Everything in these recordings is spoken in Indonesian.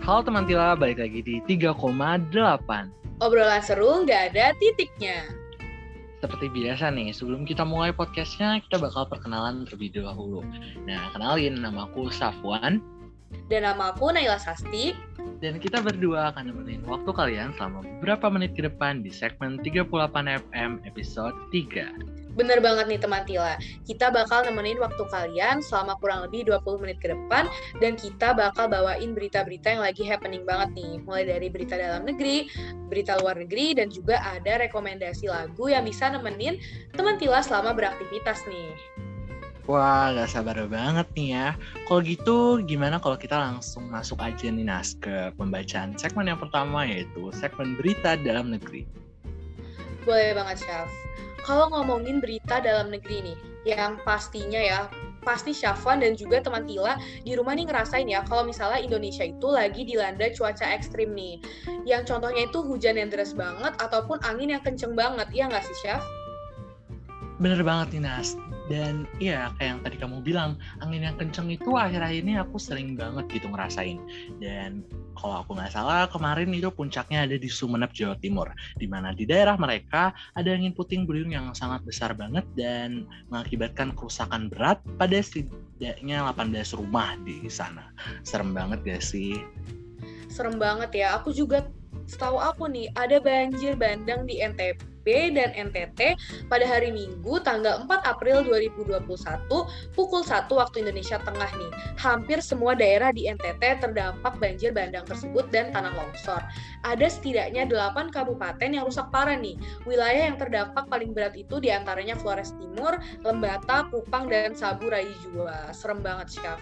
Halo teman Tila, balik lagi di 3,8. Obrolan seru nggak ada titiknya. Seperti biasa nih, sebelum kita mulai podcastnya, kita bakal perkenalan terlebih dahulu. Nah, kenalin, nama aku Safwan. Dan nama aku Naila Sasti. Dan kita berdua akan nemenin waktu kalian selama beberapa menit ke depan di segmen 38 FM episode 3. Bener banget nih teman Tila, kita bakal nemenin waktu kalian selama kurang lebih 20 menit ke depan, dan kita bakal bawain berita-berita yang lagi happening banget nih, mulai dari berita dalam negeri, berita luar negeri, dan juga ada rekomendasi lagu yang bisa nemenin teman Tila selama beraktivitas nih. Wah, gak sabar banget nih ya. Kalau gitu, gimana kalau kita langsung masuk aja nih Nas ke pembacaan segmen yang pertama, yaitu segmen berita dalam negeri. Boleh banget, Syaf. Kalau ngomongin berita dalam negeri nih, yang pastinya ya, pasti Syafwan dan juga teman Tila di rumah nih ngerasain ya, kalau misalnya Indonesia itu lagi dilanda cuaca ekstrim nih. Yang contohnya itu hujan yang deras banget, ataupun angin yang kenceng banget, iya nggak sih, Syaf? Bener banget nih Nas. Dan iya, kayak yang tadi kamu bilang, angin yang kenceng itu akhir-akhir ini aku sering banget gitu ngerasain. Dan kalau aku nggak salah, kemarin itu puncaknya ada di Sumeneb, Jawa Timur. Di mana di daerah mereka ada angin puting beliung yang sangat besar banget dan mengakibatkan kerusakan berat pada setidaknya 18 rumah di sana. Serem banget gak sih? Serem banget ya. Aku juga, setahu aku nih, ada banjir bandang di NTB dan NTT pada hari Minggu tanggal 4 April 2021 pukul 1 waktu Indonesia Tengah nih. Hampir semua daerah di NTT terdampak banjir bandang tersebut dan tanah longsor. Ada setidaknya 8 kabupaten yang rusak parah nih. Wilayah yang terdampak paling berat itu diantaranya Flores Timur, Lembata, Kupang, dan Sabu Raijua Jua. Serem banget, Syaf.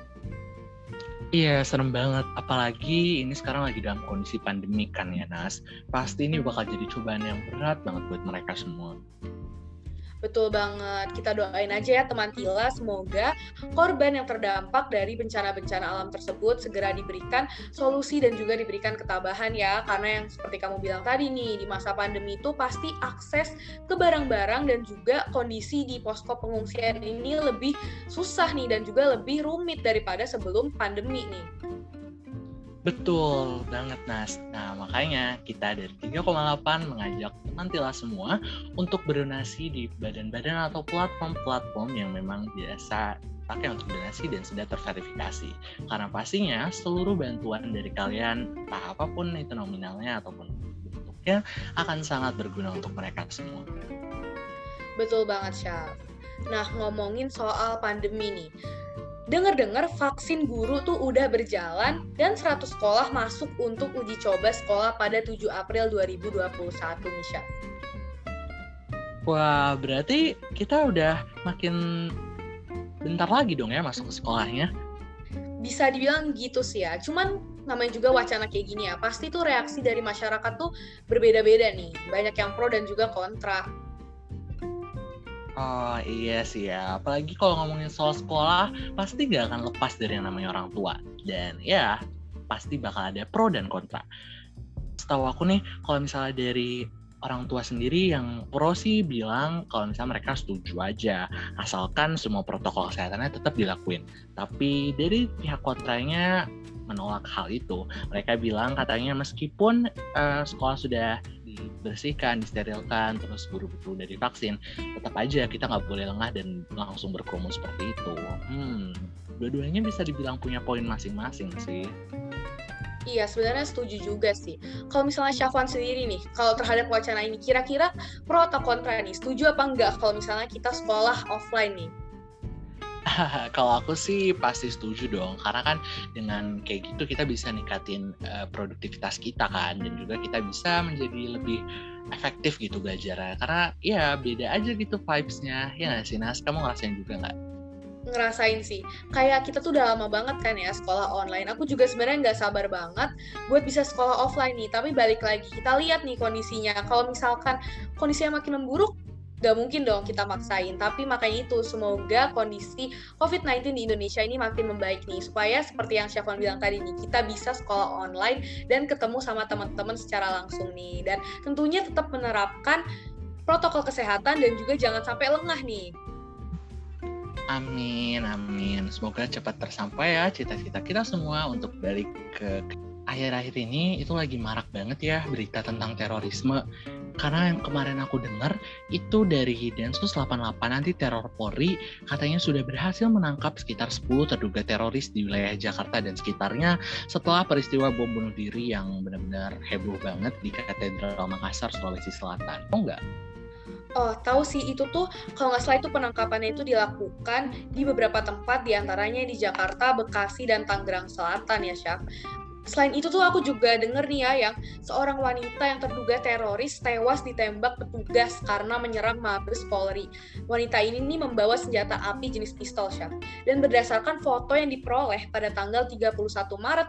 Iya, serem banget. Apalagi ini sekarang lagi dalam kondisi pandemi kan ya, Nas. Pasti ini bakal jadi cobaan yang berat banget buat mereka semua. Betul banget. Kita doain aja ya teman Tila, semoga korban yang terdampak dari bencana-bencana alam tersebut segera diberikan solusi dan juga diberikan ketabahan ya. Karena yang seperti kamu bilang tadi nih, di masa pandemi itu pasti akses ke barang-barang dan juga kondisi di posko pengungsian ini lebih susah nih dan juga lebih rumit daripada sebelum pandemi nih. Betul banget, Nas. Nah, makanya kita dari 3,8 mengajak teman Tila semua untuk berdonasi di badan-badan atau platform-platform yang memang biasa pakai untuk donasi dan sudah terverifikasi. Karena pastinya seluruh bantuan dari kalian, entah apapun itu nominalnya ataupun bentuknya, akan sangat berguna untuk mereka semua. Betul banget, Syaf. Nah, ngomongin soal pandemi nih. Dengar-dengar vaksin guru tuh udah berjalan dan 100 sekolah masuk untuk uji coba sekolah pada 7 April 2021 nih, Syaf. Wah, berarti kita udah makin bentar lagi dong ya masuk ke sekolahnya. Bisa dibilang gitu sih ya, cuman namanya juga wacana kayak gini ya, pasti tuh reaksi dari masyarakat tuh berbeda-beda nih, banyak yang pro dan juga kontra. Oh iya sih ya, apalagi kalau ngomongin soal sekolah, pasti gak akan lepas dari yang namanya orang tua. Dan ya, pasti bakal ada pro dan kontra. Setahu aku nih, kalau misalnya dari orang tua sendiri yang pro sih bilang kalau misalnya mereka setuju aja, asalkan semua protokol kesehatannya tetap dilakuin. Tapi dari pihak kontranya menolak hal itu. Mereka bilang katanya meskipun sekolah sudah dibersihkan, disterilkan, terus guru-guru udah divaksin, tetap aja kita nggak boleh lengah dan langsung berkerumun seperti itu. Dua-duanya bisa dibilang punya poin masing-masing sih. Iya, sebenarnya setuju juga sih. Kalau misalnya Syafwan sendiri nih, kalau terhadap wacana ini, kira-kira pro atau kontra nih? Setuju apa enggak kalau misalnya kita sekolah offline nih? Kalau aku sih pasti setuju dong, karena kan dengan kayak gitu kita bisa ningkatin produktivitas kita kan, dan juga kita bisa menjadi lebih efektif gitu belajarnya. Karena ya beda aja gitu vibes-nya, ya nggak sih Nas? Kamu ngerasain juga nggak? Ngerasain sih, kayak kita tuh udah lama banget kan ya sekolah online. Aku juga sebenarnya nggak sabar banget buat bisa sekolah offline nih, tapi balik lagi, kita lihat nih kondisinya. Kalau misalkan kondisinya makin memburuk, gak mungkin dong kita maksain. Tapi makanya itu, semoga kondisi COVID-19 di Indonesia ini makin membaik nih, supaya seperti yang Syafwan bilang tadi nih, kita bisa sekolah online dan ketemu sama teman-teman secara langsung nih. Dan tentunya tetap menerapkan protokol kesehatan dan juga jangan sampai lengah nih. Amin, amin. Semoga cepat tersampai ya cita-cita kita semua untuk balik ke akhir-akhir ini itu lagi marak banget ya berita tentang terorisme. Karena yang kemarin aku dengar itu dari Densus 88 anti teror Polri katanya sudah berhasil menangkap sekitar 10 terduga teroris di wilayah Jakarta dan sekitarnya setelah peristiwa bom bunuh diri yang benar-benar heboh banget di Katedral Makassar, Sulawesi Selatan. Oh enggak? Oh, tahu sih itu tuh kalau nggak salah itu penangkapannya itu dilakukan di beberapa tempat diantaranya di Jakarta, Bekasi, dan Tangerang Selatan ya, Syaf. Selain itu tuh aku juga denger nih ya yang seorang wanita yang terduga teroris tewas ditembak petugas karena menyerang Mabes Polri. Wanita ini nih membawa senjata api jenis pistol, Syaf. Dan berdasarkan foto yang diperoleh pada tanggal 31 Maret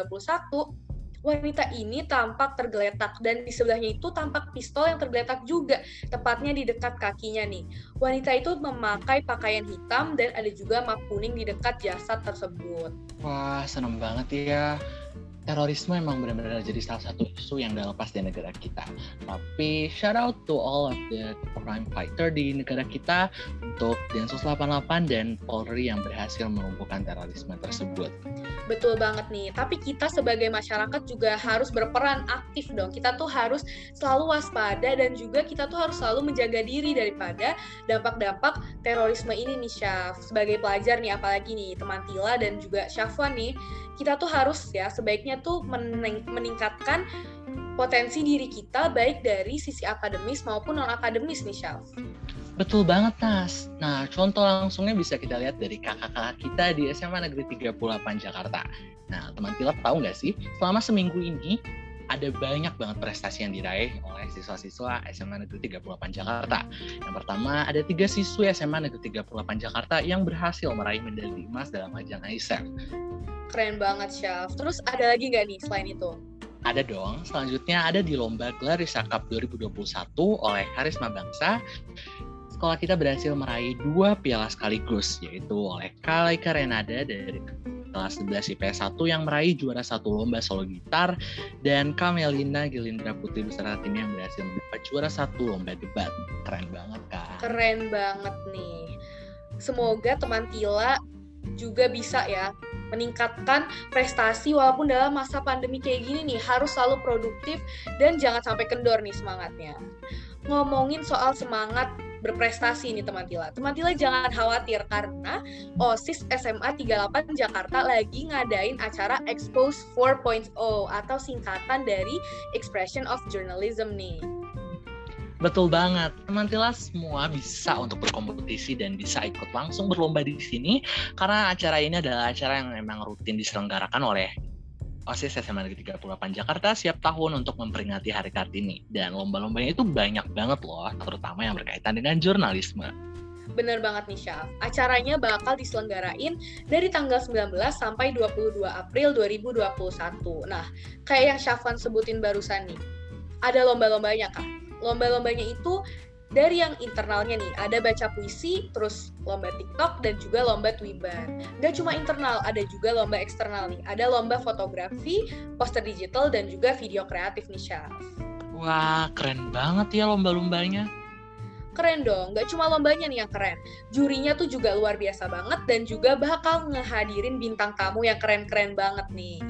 2021, wanita ini tampak tergeletak dan di sebelahnya itu tampak pistol yang tergeletak juga, tepatnya di dekat kakinya nih. Wanita itu memakai pakaian hitam dan ada juga map kuning di dekat jasad tersebut. Wah, seneng banget ya. Terorisme emang benar-benar jadi salah satu isu yang gak lepas di negara kita. Tapi shout out to all of the crime fighter di negara kita untuk Densus 88 dan Polri yang berhasil melumpuhkan terorisme tersebut. Betul banget nih, tapi kita sebagai masyarakat juga harus berperan aktif dong. Kita tuh harus selalu waspada dan juga kita tuh harus selalu menjaga diri daripada dampak-dampak terorisme ini nih, Syaf. Sebagai pelajar nih, apalagi nih teman Tila dan juga Syafwan nih, kita tuh harus ya sebaiknya tuh meningkatkan potensi diri kita baik dari sisi akademis maupun non-akademis nih, Syaf. Betul banget, Nas. Nah, contoh langsungnya bisa kita lihat dari kakak-kakak kita di SMA Negeri 38 Jakarta. Nah, teman Tila tahu nggak sih, selama seminggu ini ada banyak banget prestasi yang diraih oleh siswa-siswa SMA Negeri 38 Jakarta. Yang pertama, ada 3 siswi SMA Negeri 38 Jakarta yang berhasil meraih medali emas dalam ajang ISEF. Keren banget, Syaf. Terus ada lagi nggak nih selain itu? Ada dong. Selanjutnya ada di Lomba Gelar Risa Cup 2021 oleh Karisma Bangsa. Sekolah kita berhasil meraih 2 piala sekaligus, yaitu oleh Kalaika Renada dari kelas 11 IPS 1 yang meraih juara 1 lomba solo gitar, dan Kamelina Gilindra Putri beserta timnya yang berhasil mendapat juara 1 lomba debat. Keren banget, Kak. Keren banget nih. Semoga teman Tila juga bisa ya meningkatkan prestasi walaupun dalam masa pandemi kayak gini nih, harus selalu produktif dan jangan sampai kendor nih semangatnya. Ngomongin soal semangat berprestasi nih teman Tila jangan khawatir karena OSIS SMA 38 Jakarta lagi ngadain acara Expose 4.0 atau singkatan dari Expression of Journalism nih. Betul banget, teman Tila semua bisa untuk berkompetisi dan bisa ikut langsung berlomba di sini karena acara ini adalah acara yang memang rutin diselenggarakan oleh OSIS SMA Negeri 38 Jakarta setiap tahun untuk memperingati Hari Kartini. Dan lomba-lombanya itu banyak banget loh, terutama yang berkaitan dengan jurnalisme. Bener banget nih, Syaf. Acaranya bakal diselenggarain dari tanggal 19 sampai 22 April 2021. Nah, kayak yang Syafwan sebutin barusan nih, ada lomba-lombanya, Kak. Lomba-lombanya itu dari yang internalnya nih, ada baca puisi, terus lomba TikTok, dan juga lomba Twitter. Gak cuma internal, ada juga lomba eksternal nih. Ada lomba fotografi, poster digital, dan juga video kreatif nih, Syaf. Wah, keren banget ya lomba-lombanya. Keren dong, gak cuma lombanya nih yang keren. Jurinya tuh juga luar biasa banget, dan juga bakal ngehadirin bintang tamu yang keren-keren banget nih.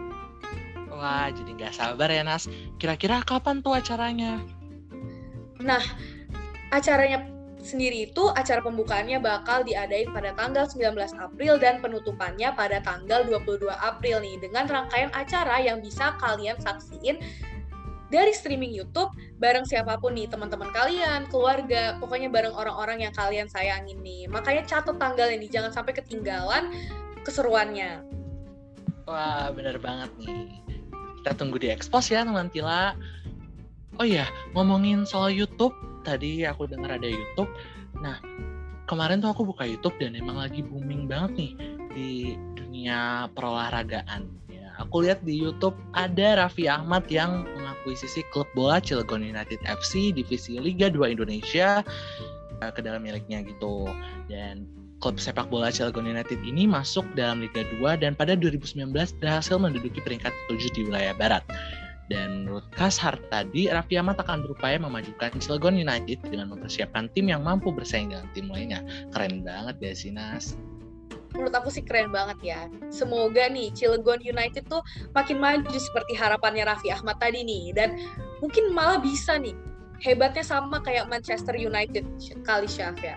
Wah, jadi gak sabar ya, Nas. Kira-kira kapan tuh acaranya? Nah, acaranya sendiri itu, acara pembukaannya bakal diadain pada tanggal 19 April dan penutupannya pada tanggal 22 April nih, dengan rangkaian acara yang bisa kalian saksiin dari streaming YouTube bareng siapapun nih, teman-teman kalian, keluarga, pokoknya bareng orang-orang yang kalian sayangin nih. Makanya catat tanggalnya nih, jangan sampai ketinggalan keseruannya. Wah, bener banget nih. Kita tunggu di Expose ya, teman Tila. Oh iya, ngomongin soal YouTube, tadi aku dengar ada YouTube. Nah, kemarin tuh aku buka YouTube dan emang lagi booming banget nih di dunia perolahragaan. Ya, aku lihat di YouTube ada Raffi Ahmad yang mengakuisisi klub bola Cilegon United FC divisi Liga 2 Indonesia ke dalam miliknya gitu. Dan klub sepak bola Cilegon United ini masuk dalam Liga 2 dan pada 2019 berhasil menduduki peringkat 7 di wilayah barat. Dan menurut Kas Hartadi, Raffi Ahmad akan berupaya memajukan Cilegon United dengan mempersiapkan tim yang mampu bersaing dengan tim lainnya. Keren banget ya sih, Nas? menurut aku sih keren banget ya. Semoga nih Cilegon United tuh makin maju seperti harapannya Raffi Ahmad tadi nih. Dan mungkin malah bisa nih hebatnya sama kayak Manchester United kali Syaf ya.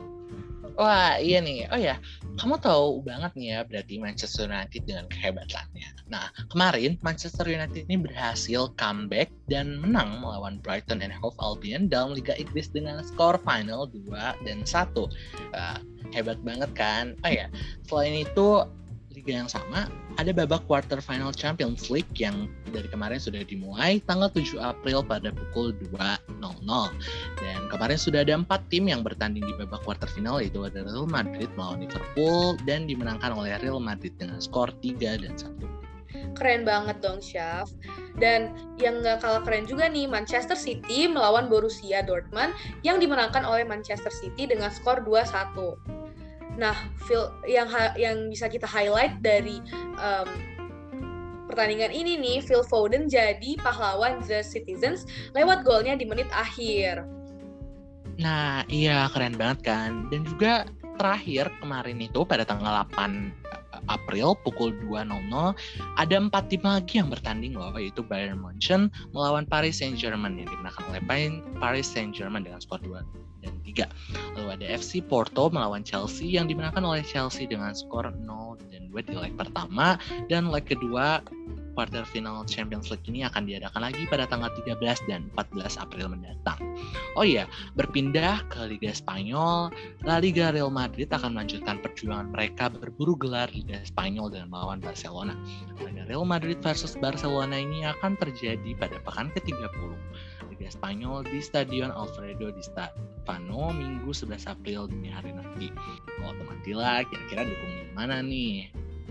Wah, iya nih. Oh ya, kamu tahu banget nih ya berarti Manchester United dengan kehebatannya. Nah, kemarin Manchester United ini berhasil comeback dan menang melawan Brighton and Hove Albion dalam Liga Inggris dengan skor final 2-1. Hebat banget kan? Oh ya, selain itu liga yang sama, ada babak quarter final Champions League yang dari kemarin sudah dimulai tanggal 7 April pada pukul 2.00. Dan kemarin sudah ada 4 tim yang bertanding di babak quarter final, yaitu ada Real Madrid melawan Liverpool dan dimenangkan oleh Real Madrid dengan skor 3-1. Keren banget dong, Syaf. Dan yang gak kalah keren juga nih, Manchester City melawan Borussia Dortmund yang dimenangkan oleh Manchester City dengan skor 2-1. Nah, yang bisa kita highlight dari pertandingan ini nih, Phil Foden jadi pahlawan The Citizens lewat golnya di menit akhir. Nah, iya keren banget kan. Dan juga terakhir kemarin itu pada tanggal 8 April pukul 2.00 ada 4 tim lagi yang bertanding loh, yaitu Bayern Munchen melawan Paris Saint-Germain yang dimenangkan oleh Paris Saint-Germain dengan skor 2-3. Lalu ada FC Porto melawan Chelsea yang dimenangkan oleh Chelsea dengan skor 0-2 di leg pertama, dan leg kedua quarter final Champions League ini akan diadakan lagi pada tanggal 13 dan 14 April mendatang. Oh iya, berpindah ke Liga Spanyol, La Liga Real Madrid akan melanjutkan perjuangan mereka berburu gelar Liga Spanyol dengan melawan Barcelona. Laga Real Madrid versus Barcelona ini akan terjadi pada pekan ke-30 Liga Spanyol di Stadion Alfredo Di Stéfano Minggu 11 April dini hari nanti. Kalau teman Tila, kira-kira dukung yang mana nih?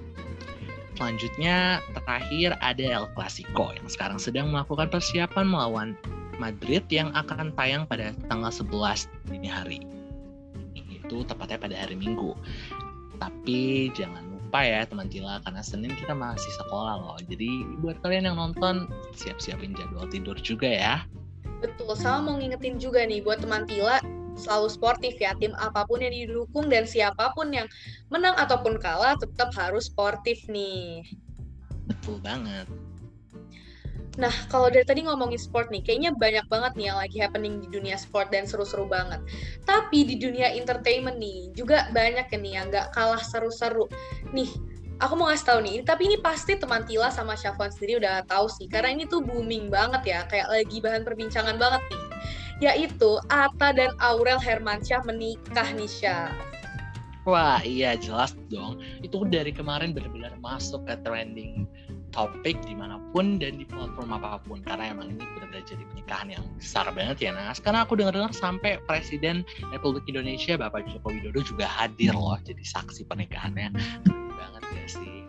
Selanjutnya, terakhir ada El Clasico yang sekarang sedang melakukan persiapan melawan Madrid yang akan tayang pada tanggal 11 dini hari. Itu tepatnya pada hari Minggu. Tapi jangan lupa ya teman Tila, karena Senin kita masih sekolah loh. Jadi buat kalian yang nonton, siap-siapin jadwal tidur juga ya. Betul, sama mau ngingetin juga nih buat teman Tila, selalu sportif ya, tim apapun yang didukung dan siapapun yang menang ataupun kalah tetap harus sportif nih. Betul banget. Nah, kalau dari tadi ngomongin sport nih, kayaknya banyak banget nih yang lagi happening di dunia sport dan seru-seru banget. Tapi di dunia entertainment nih, juga banyak ya nih yang gak kalah seru-seru. Nih, aku mau ngasih tahu nih, tapi ini pasti teman Tila sama Syafwan sendiri udah tahu sih, karena ini tuh booming banget ya, kayak lagi bahan perbincangan banget nih. Yaitu Atta dan Aurel Hermansyah menikah nih, Syaf. Wah, iya jelas dong. Itu dari kemarin benar-benar masuk ke trending topik dimanapun dan di platform apapun. Karena emang ini benar-benar jadi pernikahan yang besar banget ya, Nas. Karena aku dengar-dengar sampai Presiden Republik Indonesia, Bapak Joko Widodo juga hadir loh jadi saksi pernikahannya. Keren banget ya sih.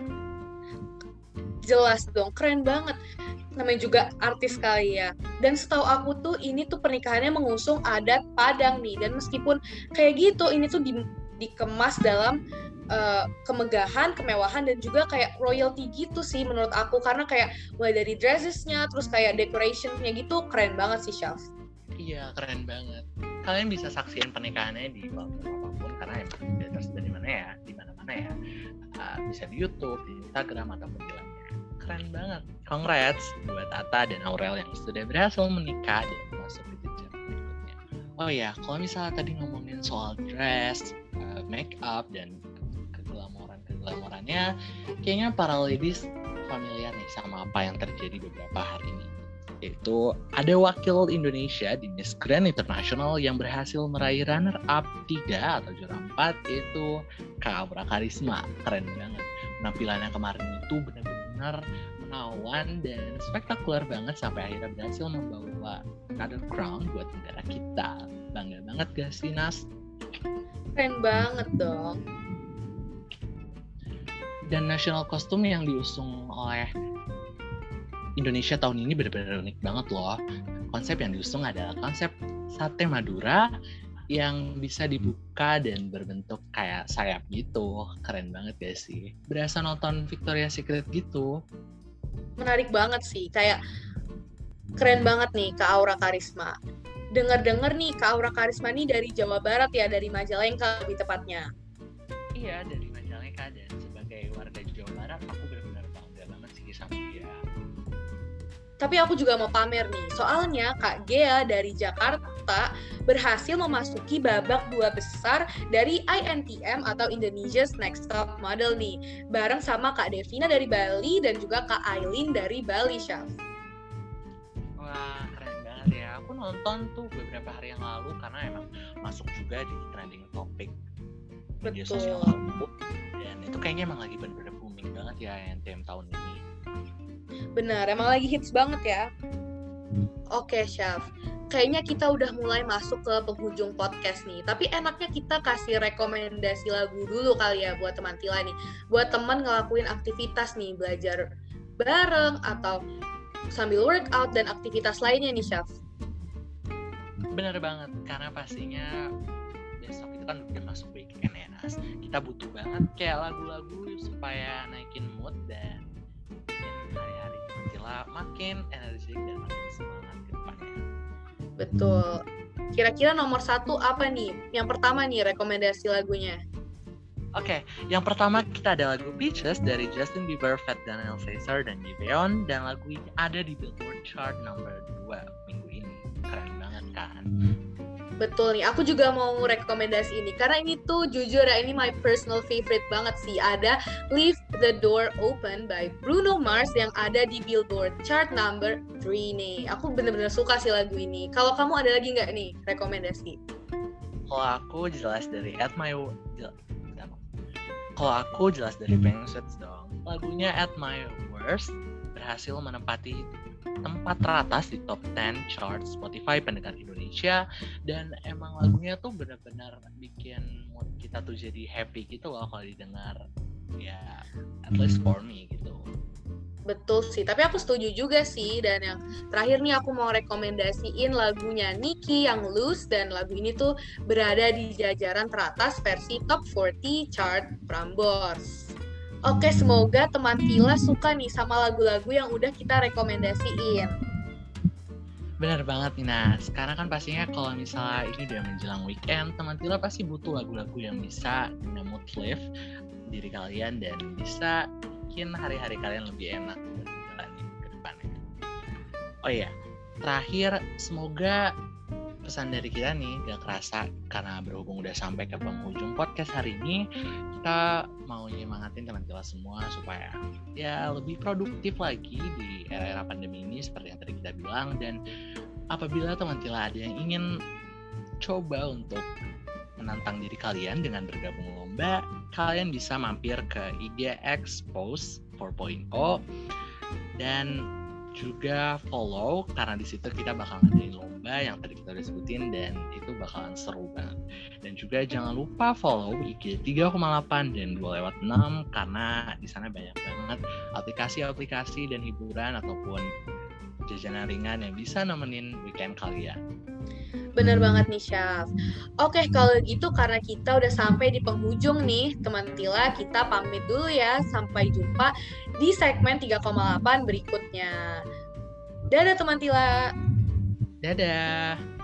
Jelas dong, keren banget. Namanya juga artis kali ya. Dan setahu aku tuh ini tuh pernikahannya mengusung adat Padang nih. Dan meskipun kayak gitu, ini tuh dikemas dalam kemegahan, kemewahan, dan juga kayak royalty gitu sih menurut aku. Karena kayak mulai dari dresses-nya, terus kayak decoration-nya gitu, keren banget sih, Syaf. Iya, keren banget. Kalian bisa saksiin pernikahannya di platform apapun, karena emang udah tersedia di mana ya, di mana-mana ya. Bisa di YouTube, di Instagram, ataupun di lainnya. Keren banget. Congrats buat Atta dan Aurel yang sudah berhasil menikah dan masuk ke jenjang berikutnya. Oh ya, kalau misalnya tadi ngomongin soal dress, make up, dan keglamorannya, kayaknya para ladies familiar nih sama apa yang terjadi beberapa hari ini. Yaitu ada wakil Indonesia di Miss Grand International yang berhasil meraih runner-up 3 atau juara 4, yaitu Kak Aura Karisma. Keren banget. Penampilannya kemarin itu benar-benar menawan dan spektakuler banget sampai akhirnya berhasil membawa another crown buat negara kita. Bangga banget gak sih, Nas? Keren banget dong. Dan national costume yang diusung oleh Indonesia tahun ini benar-benar unik banget loh. Konsep yang diusung adalah konsep sate Madura yang bisa dibuka dan berbentuk kayak sayap gitu. Keren banget gak sih? Berasa nonton Victoria's Secret gitu. Menarik banget sih, kayak keren banget nih Kak Aura Karisma. Dengar-dengar nih Kak Aura Karisma nih dari Jawa Barat ya, dari Majalengka lebih tepatnya. Iya, dari Majalengka, dan sebagai warga Jawa Barat aku benar-benar bangga banget sih sama dia. Tapi aku juga mau pamer nih, soalnya Kak Gea dari Jakarta berhasil memasuki babak 2 besar dari INTM atau Indonesia's Next Top Model nih, bareng sama Kak Devina dari Bali dan juga Kak Aileen dari Bali, Syaf. Wah, keren banget ya. Aku nonton tuh beberapa hari yang lalu karena emang masuk juga di trending topik media sosial aku. Dan itu kayaknya emang lagi bener-bener booming banget ya INTM tahun ini. Benar, emang lagi hits banget ya. Oke, Syaf. Kayaknya kita udah mulai masuk ke penghujung podcast nih. Tapi enaknya kita kasih rekomendasi lagu dulu kali ya buat teman Tila nih. Buat teman ngelakuin aktivitas nih, belajar bareng atau sambil workout dan aktivitas lainnya nih, Syaf. Bener banget, karena pastinya besok itu kan udah masuk weekend ya, Nas. Kita butuh banget kayak lagu-lagu supaya naikin mood dan bikin hari-hari Tila makin energik dan makin semangat ke depannya. Betul. Kira-kira nomor 1 apa nih? Yang pertama nih rekomendasi lagunya. Oke, yang pertama kita ada lagu Peaches dari Justin Bieber, Fat Daniel Caesar, dan Giveon. Dan lagu ini ada di Billboard Chart nomor 2 minggu ini. Keren banget kan? Betul nih, aku juga mau rekomendasi ini. Karena ini tuh jujur ya, ini my personal favorite banget sih. Ada Leave the Door Open by Bruno Mars yang ada di Billboard Chart number 3 nih. Aku bener-bener suka sih lagu ini. Kalau kamu ada lagi nggak nih rekomendasi? Kalau aku jelas dari Pengusuts dong. Lagunya At My Worst berhasil menempati tempat teratas di top 10 chart Spotify pendengar Indonesia, dan emang lagunya tuh benar-benar bikin mood kita tuh jadi happy gitu loh kalau didengar, ya at least for me gitu. Betul sih, tapi aku setuju juga sih. Dan yang terakhir nih aku mau rekomendasiin lagunya Nicki yang Loose, dan lagu ini tuh berada di jajaran teratas versi top 40 chart Prambors. Oke, semoga teman Tila suka nih sama lagu-lagu yang udah kita rekomendasiin. Benar banget nih Nas, karena kan pastinya kalau misalnya ini udah menjelang weekend, teman Tila pasti butuh lagu-lagu yang bisa mood lift diri kalian dan bisa bikin hari-hari kalian lebih enak buat menjalani ke depannya. Oh iya, terakhir semoga pesan dari kita nih gak kerasa, karena berhubung udah sampai ke penghujung podcast hari ini, kita mau nyemangatin teman Tila semua supaya ya lebih produktif lagi di era-era pandemi ini seperti yang tadi kita bilang. Dan apabila teman Tila ada yang ingin coba untuk menantang diri kalian dengan bergabung lomba, kalian bisa mampir ke IG Expose 4.0 dan juga follow, karena di situ kita bakal ngadain lomba yang tadi kita udah sebutin dan itu bakalan seru banget. Dan juga jangan lupa follow IG 3,8 dan 2/6 karena di sana banyak banget aplikasi-aplikasi dan hiburan ataupun jajanan ringan yang bisa nemenin weekend kalian. Bener banget nih, Syaf. Oke, kalau gitu karena kita udah sampai di penghujung nih, teman Tila, kita pamit dulu ya. Sampai jumpa di segmen 3,8 berikutnya. Dadah, teman Tila. Dadah!